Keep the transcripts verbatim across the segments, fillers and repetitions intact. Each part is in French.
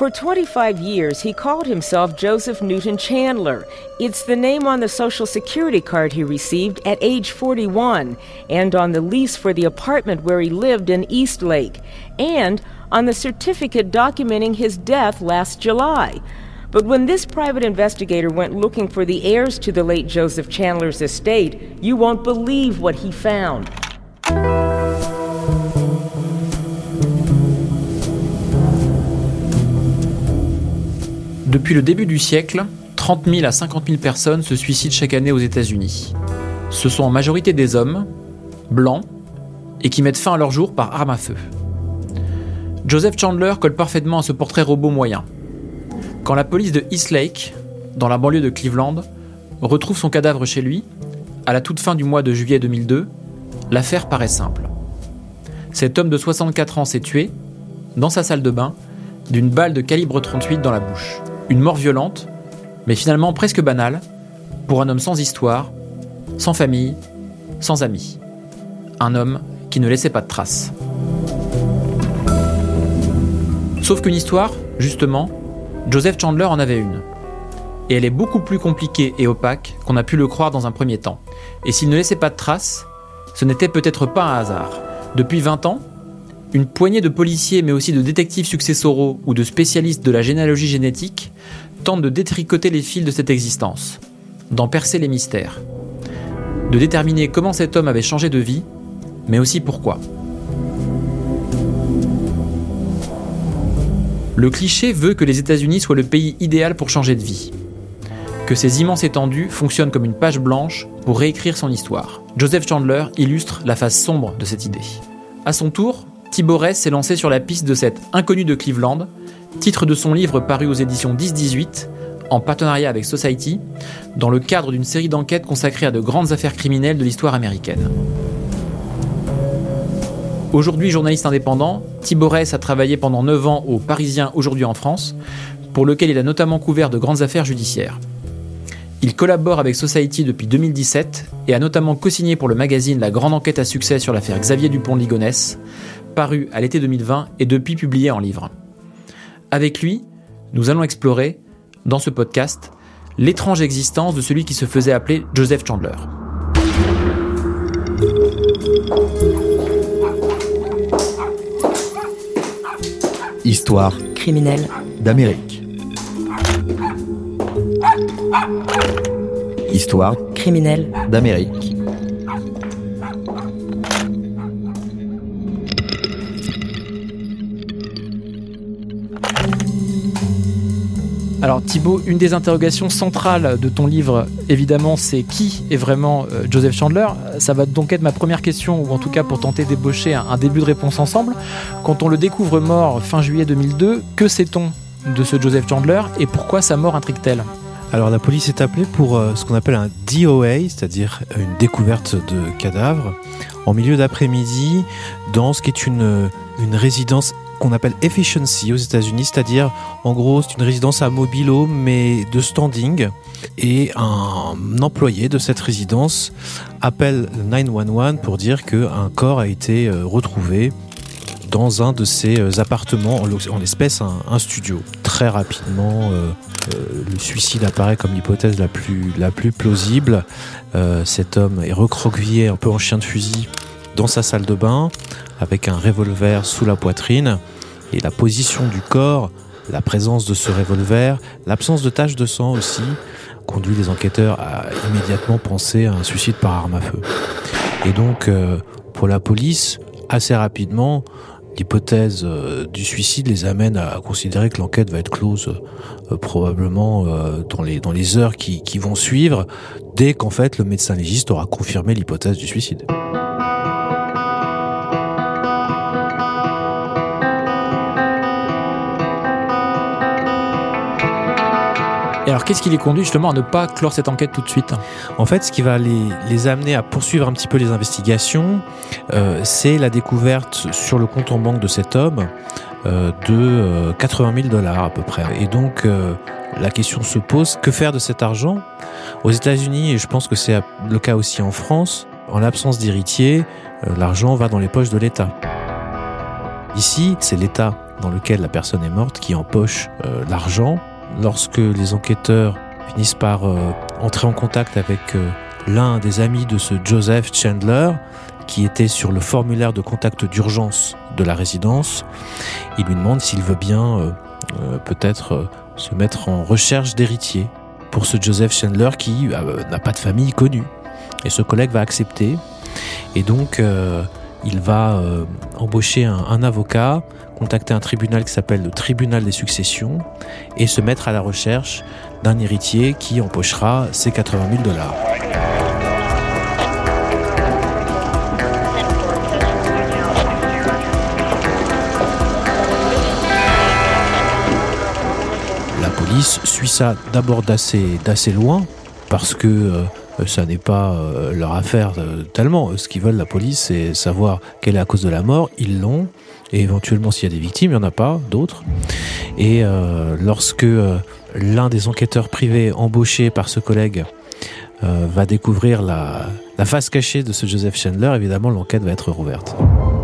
For twenty-five years, he called himself Joseph Newton Chandler. It's the name on the Social Security card he received at age forty-one, and on the lease for the apartment where he lived in Eastlake, and on the certificate documenting his death last July. But when this private investigator went looking for the heirs to the late Joseph Chandler's estate, you won't believe what he found. Depuis le début du siècle, trente mille à cinquante mille personnes se suicident chaque année aux États-Unis. Ce sont en majorité des hommes, blancs, et qui mettent fin à leur jour par arme à feu. Joseph Chandler colle parfaitement à ce portrait robot moyen. Quand la police de Eastlake, dans la banlieue de Cleveland, retrouve son cadavre chez lui, à la toute fin du mois de juillet deux mille deux, l'affaire paraît simple. Cet homme de soixante-quatre ans s'est tué, dans sa salle de bain, d'une balle de calibre trente-huit dans la bouche. Une mort violente, mais finalement presque banale, pour un homme sans histoire, sans famille, sans amis. Un homme qui ne laissait pas de traces. Sauf qu'une histoire, justement, Joseph Chandler en avait une. Et elle est beaucoup plus compliquée et opaque qu'on a pu le croire dans un premier temps. Et s'il ne laissait pas de traces, ce n'était peut-être pas un hasard. Depuis vingt ans, une poignée de policiers, mais aussi de détectives successoraux ou de spécialistes de la généalogie génétique tentent de détricoter les fils de cette existence, d'en percer les mystères, de déterminer comment cet homme avait changé de vie, mais aussi pourquoi. Le cliché veut que les États-Unis soient le pays idéal pour changer de vie, que ces immenses étendues fonctionnent comme une page blanche pour réécrire son histoire. Joseph Chandler illustre la face sombre de cette idée. À son tour, Thibaut Ress s'est lancé sur la piste de cet inconnu de Cleveland, titre de son livre paru aux éditions dix dix-huit, en partenariat avec Society, dans le cadre d'une série d'enquêtes consacrées à de grandes affaires criminelles de l'histoire américaine. Aujourd'hui journaliste indépendant, Thibaut Ress a travaillé pendant neuf ans au Parisien Aujourd'hui en France, pour lequel il a notamment couvert de grandes affaires judiciaires. Il collabore avec Society depuis deux mille dix-sept et a notamment co-signé pour le magazine la grande enquête à succès sur l'affaire Xavier Dupont de Ligonnès, paru à l'été deux mille vingt et depuis publié en livre. Avec lui, nous allons explorer, dans ce podcast, l'étrange existence de celui qui se faisait appeler Joseph Chandler. Histoire criminelle d'Amérique. Histoire criminelle d'Amérique. Alors Thibaut, une des interrogations centrales de ton livre, évidemment, c'est qui est vraiment euh, Joseph Chandler. Ça va donc être ma première question, ou en tout cas pour tenter d'ébaucher un, un début de réponse ensemble. Quand on le découvre mort fin juillet deux mille deux, que sait-on de ce Joseph Chandler et pourquoi sa mort intrigue-t-elle ? Alors la police est appelée pour euh, ce qu'on appelle un D O A, c'est-à-dire une découverte de cadavre, en milieu d'après-midi, dans ce qui est une, une résidence qu'on appelle efficiency aux États-Unis, c'est-à-dire en gros c'est une résidence à mobile mais de standing, et un employé de cette résidence appelle neuf un un pour dire qu'un corps a été retrouvé dans un de ses appartements, en l'espèce un, un studio. Très rapidement, euh, euh, le suicide apparaît comme l'hypothèse la plus, la plus plausible. Euh, cet homme est recroquevillé un peu en chien de fusil dans sa salle de bain, avec un revolver sous la poitrine, et la position du corps, la présence de ce revolver, l'absence de taches de sang aussi, conduit les enquêteurs à immédiatement penser à un suicide par arme à feu. Et donc, euh, pour la police, assez rapidement, l'hypothèse euh, du suicide les amène à considérer que l'enquête va être close euh, probablement euh, dans les, dans les heures qui, qui vont suivre, dès qu'en fait le médecin légiste aura confirmé l'hypothèse du suicide. Et alors, qu'est-ce qui les conduit justement à ne pas clore cette enquête tout de suite ? En fait, ce qui va les, les amener à poursuivre un petit peu les investigations, euh, c'est la découverte sur le compte en banque de cet homme euh, de euh, quatre-vingt mille dollars à peu près. Et donc, euh, la question se pose, que faire de cet argent ? Aux États-Unis, et je pense que c'est le cas aussi en France, en l'absence d'héritier, euh, l'argent va dans les poches de l'État. Ici, c'est l'État dans lequel la personne est morte qui empoche euh, l'argent. Lorsque les enquêteurs finissent par euh, entrer en contact avec euh, l'un des amis de ce Joseph Chandler, qui était sur le formulaire de contact d'urgence de la résidence, il lui demande s'il veut bien euh, euh, peut-être euh, se mettre en recherche d'héritier pour ce Joseph Chandler qui euh, n'a pas de famille connue. Et ce collègue va accepter. Et donc, euh, il va euh, embaucher un, un avocat, contacter un tribunal qui s'appelle le tribunal des successions et se mettre à la recherche d'un héritier qui empochera ses quatre-vingt mille dollars. La police suit ça d'abord d'assez, d'assez loin parce que euh, ça n'est pas euh, leur affaire euh, tellement. Ce qu'ils veulent, la police, c'est savoir quelle est la cause de la mort. Ils l'ont. Et éventuellement, s'il y a des victimes, il n'y en a pas d'autres. Et euh, lorsque euh, l'un des enquêteurs privés embauchés par ce collègue euh, va découvrir la, la face cachée de ce Joseph Chandler, évidemment, l'enquête va être rouverte.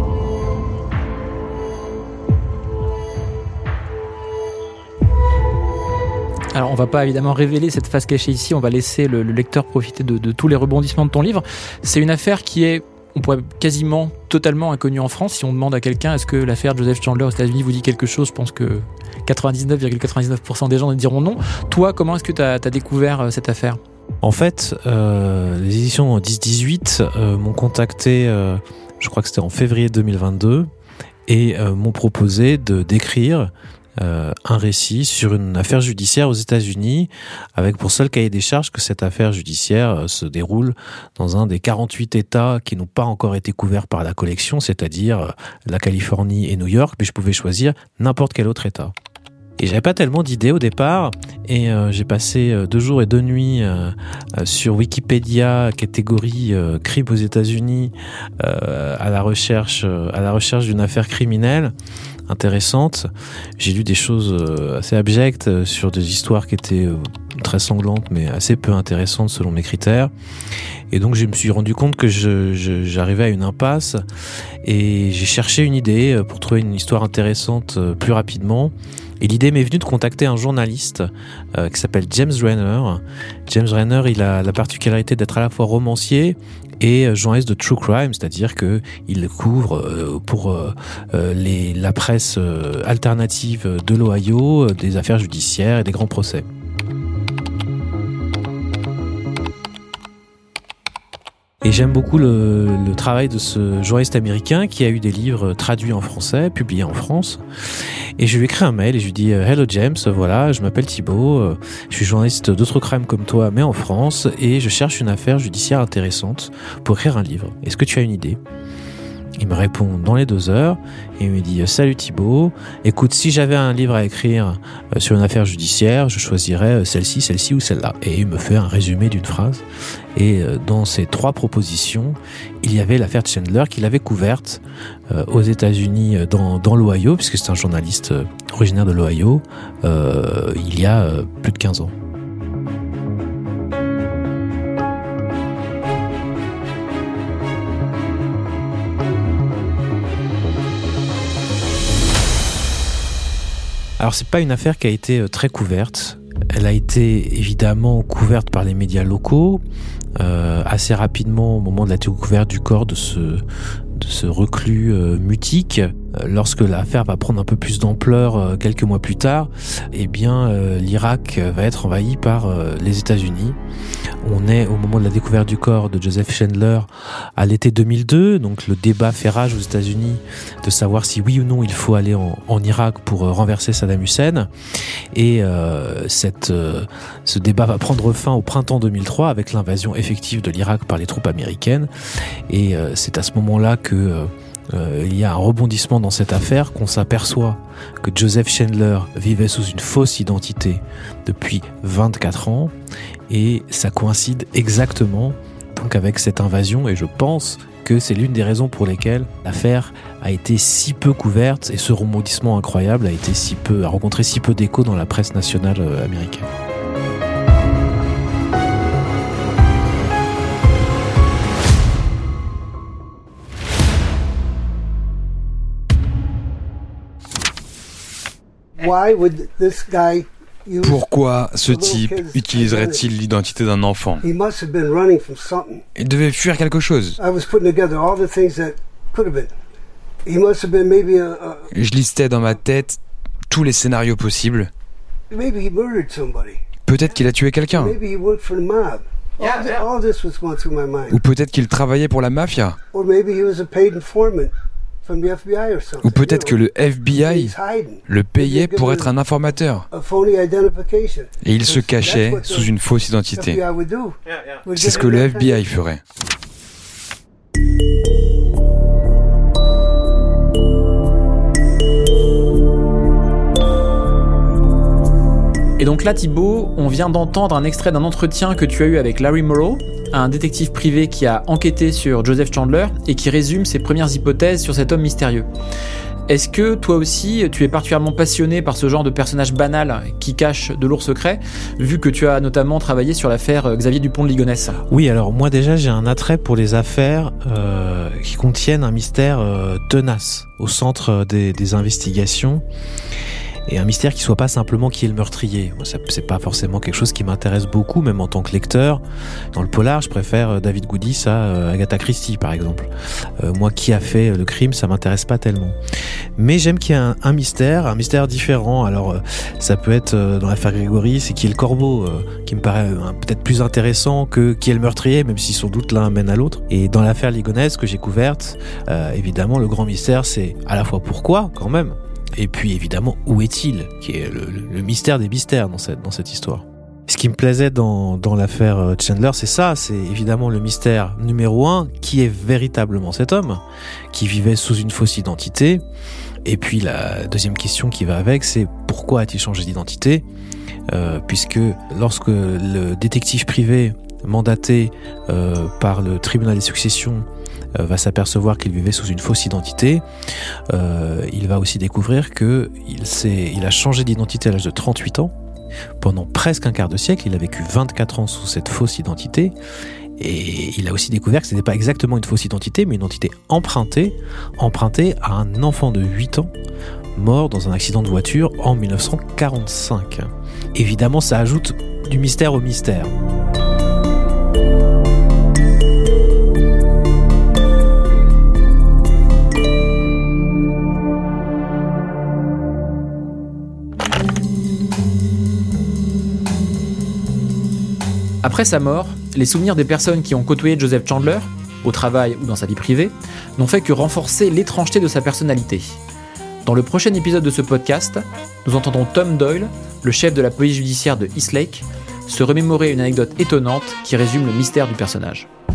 Alors, on va pas évidemment révéler cette face cachée ici, on va laisser le, le lecteur profiter de, de tous les rebondissements de ton livre. C'est une affaire qui est, on pourrait quasiment totalement inconnue en France. Si on demande à quelqu'un, est-ce que l'affaire Joseph Chandler aux États-Unis vous dit quelque chose, je pense que quatre-vingt-dix-neuf virgule quatre-vingt-dix-neuf pour cent des gens ne diront non. Toi, comment est-ce que tu as découvert cette affaire ? En fait, euh, les éditions dix dix-huit euh, m'ont contacté, euh, je crois que c'était en février deux mille vingt-deux, et euh, m'ont proposé de d'écrire Euh, un récit sur une affaire judiciaire aux États-Unis, avec pour seul cahier des charges que cette affaire judiciaire euh, se déroule dans un des quarante-huit États qui n'ont pas encore été couverts par la collection, c'est-à-dire euh, la Californie et New York, mais je pouvais choisir n'importe quel autre État. Et j'avais pas tellement d'idées au départ, et euh, j'ai passé euh, deux jours et deux nuits euh, euh, sur Wikipédia, catégorie euh, crime aux États-Unis, euh, à la recherche, euh, à la recherche d'une affaire criminelle intéressante. J'ai lu des choses euh, assez abjectes euh, sur des histoires qui étaient euh, très sanglantes, mais assez peu intéressantes selon mes critères. Et donc je me suis rendu compte que je, je, j'arrivais à une impasse, et j'ai cherché une idée pour trouver une histoire intéressante euh, plus rapidement. Et l'idée m'est venue de contacter un journaliste euh, qui s'appelle James Renner. James Renner, il a la particularité d'être à la fois romancier et journaliste de true crime, c'est-à-dire que il couvre euh, pour euh, les, la presse euh, alternative de l'Ohio euh, des affaires judiciaires et des grands procès. Et j'aime beaucoup le, le travail de ce journaliste américain qui a eu des livres traduits en français, publiés en France. Et je lui ai écrit un mail et je lui ai dit « Hello James, voilà, je m'appelle Thibaut, je suis journaliste de true crime comme toi, mais en France, et je cherche une affaire judiciaire intéressante pour écrire un livre. Est-ce que tu as une idée ?» Il me répond dans les deux heures et il me dit « Salut Thibaut, écoute, si j'avais un livre à écrire sur une affaire judiciaire, je choisirais celle-ci, celle-ci ou celle-là. » Et il me fait un résumé d'une phrase. Et dans ces trois propositions, il y avait l'affaire Chandler qu'il avait couverte euh, aux États-Unis dans, dans l'Ohio, puisque c'est un journaliste originaire de l'Ohio, euh, il y a euh, plus de quinze ans. Alors c'est pas une affaire qui a été très couverte. Elle a été évidemment couverte par les médias locaux euh, assez rapidement au moment de la découverte du corps de ce de ce reclus euh, mutique. Lorsque l'affaire va prendre un peu plus d'ampleur euh, quelques mois plus tard, eh bien euh, l'Irak va être envahi par euh, les États-Unis. On est au moment de la découverte du corps de Joseph Chandler à l'été deux mille deux, donc le débat fait rage aux États-Unis de savoir si oui ou non il faut aller en, en Irak pour euh, renverser Saddam Hussein. Et euh, cette, euh, ce débat va prendre fin au printemps deux mille trois avec l'invasion effective de l'Irak par les troupes américaines. Et euh, c'est à ce moment-là que euh, Euh, il y a un rebondissement dans cette affaire, qu'on s'aperçoit que Joseph Chandler vivait sous une fausse identité depuis vingt-quatre ans, et ça coïncide exactement donc avec cette invasion, et je pense que c'est l'une des raisons pour lesquelles l'affaire a été si peu couverte et ce rebondissement incroyable a été si peu, a rencontré si peu d'écho dans la presse nationale euh, américaine. Why would this guy use Pourquoi ce type utiliserait-il l'identité d'un enfant? He must have been running from something. Il devait fuir quelque chose. I was putting together all the things that could have been. He must have been maybe a, a Je listais dans ma tête tous les scénarios possibles. maybe he murdered somebody. Peut-être qu'il a tué quelqu'un. Maybe he worked for the mob. All, th- all this was going through my mind. Ou peut-être qu'il travaillait pour la mafia. Or maybe he was a paid informant from the F B I or something. Ou peut-être que le F B I He's hiding. le payait pour être un informateur. A phony identification. Et il se cachait That's what sous the une fausse F B identité. I would do. Would C'est get ce que le an F B I ferait. Et donc là, Thibaut, on vient d'entendre un extrait d'un entretien que tu as eu avec Larry Morrow, un détective privé qui a enquêté sur Joseph Chandler et qui résume ses premières hypothèses sur cet homme mystérieux. Est-ce que toi aussi, tu es particulièrement passionné par ce genre de personnage banal qui cache de lourds secrets, vu que tu as notamment travaillé sur l'affaire Xavier Dupont de Ligonnès? Oui, alors moi déjà j'ai un attrait pour les affaires euh, qui contiennent un mystère euh, tenace au centre des, des investigations. Et un mystère qui soit pas simplement qui est le meurtrier. Moi, ça, c'est pas forcément quelque chose qui m'intéresse beaucoup, même en tant que lecteur. Dans le polar, je préfère David Goodis à euh, Agatha Christie, par exemple. Euh, moi, qui a fait le crime, ça m'intéresse pas tellement. Mais j'aime qu'il y ait un, un mystère, un mystère différent. Alors, euh, ça peut être euh, dans l'affaire Grégory, c'est qui est le corbeau, euh, qui me paraît euh, peut-être plus intéressant que qui est le meurtrier, même si sans doute l'un mène à l'autre. Et dans l'affaire Ligonnès que j'ai couverte, euh, évidemment, le grand mystère, c'est à la fois pourquoi, quand même. Et puis évidemment, où est-il, qui est le, le, le mystère des mystères dans cette, dans cette histoire. Ce qui me plaisait dans, dans l'affaire Chandler, c'est ça, c'est évidemment le mystère numéro un, qui est véritablement cet homme, qui vivait sous une fausse identité. Et puis la deuxième question qui va avec, c'est pourquoi a-t-il changé d'identité, euh, puisque lorsque le détective privé mandaté euh, par le tribunal des successions va s'apercevoir qu'il vivait sous une fausse identité, euh, il va aussi découvrir que il, s'est, il a changé d'identité à l'âge de trente-huit ans. Pendant presque un quart de siècle, il a vécu vingt-quatre ans sous cette fausse identité. Et il a aussi découvert que ce n'était pas exactement une fausse identité, mais une identité empruntée, empruntée à un enfant de huit ans, mort dans un accident de voiture en dix-neuf cent quarante-cinq. Évidemment, ça ajoute du mystère au mystère. Après sa mort, les souvenirs des personnes qui ont côtoyé Joseph Chandler, au travail ou dans sa vie privée, n'ont fait que renforcer l'étrangeté de sa personnalité. Dans le prochain épisode de ce podcast, nous entendrons Tom Doyle, le chef de la police judiciaire de Eastlake, se remémorer une anecdote étonnante qui résume le mystère du personnage.